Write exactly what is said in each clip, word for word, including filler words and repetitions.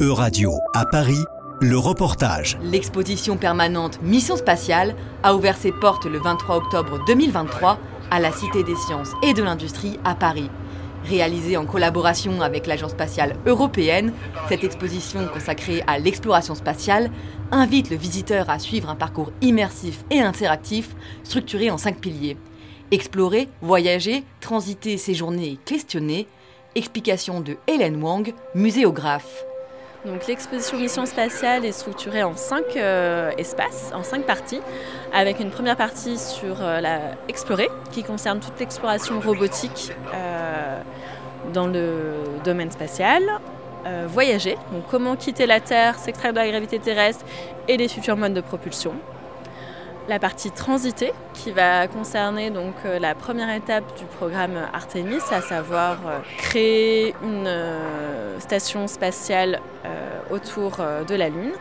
Euradio à Paris, le reportage. L'exposition permanente Mission Spatiale a ouvert ses portes le vingt-trois octobre deux mille vingt-trois à la Cité des Sciences et de l'Industrie à Paris. Réalisée en collaboration avec l'Agence spatiale européenne, cette exposition consacrée à l'exploration spatiale invite le visiteur à suivre un parcours immersif et interactif structuré en cinq piliers. Explorer, voyager, transiter, séjourner et questionner. Explication de Hélène Wang, muséographe. Donc, l'exposition Mission Spatiale est structurée en cinq euh, espaces, en cinq parties, avec une première partie sur euh, la explorer, qui concerne toute l'exploration robotique euh, dans le domaine spatial. Euh, voyager, donc comment quitter la Terre, s'extraire de la gravité terrestre et les futurs modes de propulsion. La partie transiter, qui va concerner donc euh, la première étape du programme Artemis, à savoir euh, créer une euh, station spatiale euh, autour euh, de la Lune.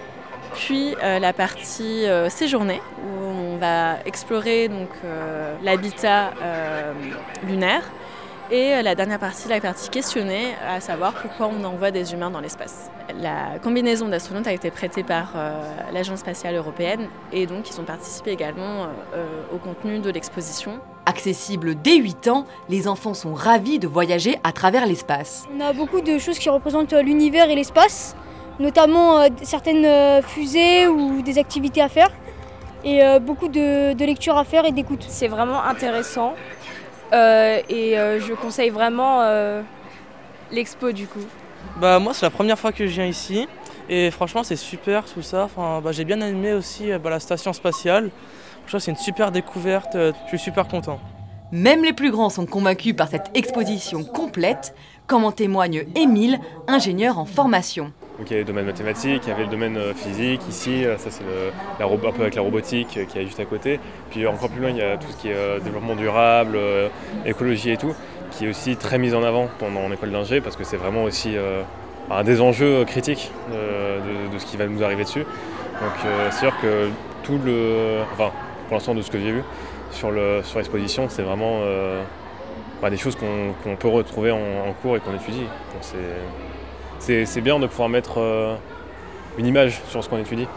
Puis euh, la partie euh, séjourner, où on va explorer donc, euh, l'habitat euh, lunaire. Et la dernière partie, la partie questionner, à savoir pourquoi on envoie des humains dans l'espace. La combinaison d'astronautes a été prêtée par euh, l'Agence spatiale européenne et donc ils ont participé également euh, au contenu de l'exposition. Accessible dès huit ans, les enfants sont ravis de voyager à travers l'espace. On a beaucoup de choses qui représentent l'univers et l'espace, notamment euh, certaines euh, fusées ou des activités à faire et euh, beaucoup de, de lectures à faire et d'écoute. C'est vraiment intéressant. Euh, et euh, je conseille vraiment euh, l'expo du coup. Bah moi c'est la première fois que je viens ici et franchement c'est super tout ça. Enfin, bah, j'ai bien aimé aussi bah, la station spatiale. Je trouve que c'est une super découverte, je suis super content. Même les plus grands sont convaincus par cette exposition complète, comme en témoigne Émile, ingénieur en formation. Donc il y avait le domaine mathématique, il y avait le domaine physique, ici, ça c'est le, la, un peu avec la robotique qui est juste à côté. Puis encore plus loin, il y a tout ce qui est euh, développement durable, euh, écologie et tout, qui est aussi très mis en avant pendant l'école d'ingé, parce que c'est vraiment aussi euh, un des enjeux critiques de, de, de ce qui va nous arriver dessus. Donc euh, c'est sûr que tout le... Enfin, pour l'instant de ce que j'ai vu sur, le, sur l'exposition, c'est vraiment euh, bah, des choses qu'on, qu'on peut retrouver en, en cours et qu'on étudie. Donc, c'est, C'est, c'est bien de pouvoir mettre euh, une image sur ce qu'on étudie.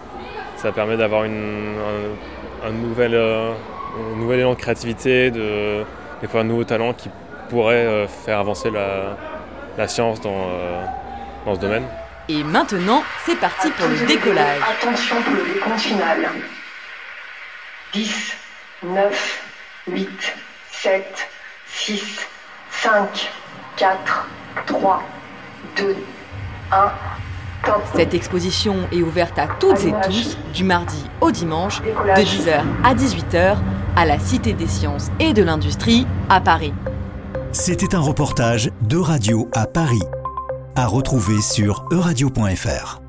Ça permet d'avoir une, un, un, nouvel, euh, un nouvel élan de créativité, de découvrir de nouveaux talents qui pourraient euh, faire avancer la, la science dans, euh, dans ce domaine. Et maintenant, c'est parti pour le décollage. Attention pour le décompte final. dix, neuf, huit, sept, six, cinq, quatre, trois, deux, un, top. Cette exposition est ouverte à toutes et tous du mardi au dimanche de dix heures à dix-huit heures à la Cité des Sciences et de l'Industrie à Paris. C'était un reportage d'Euradio à Paris, à retrouver sur euradio point f r.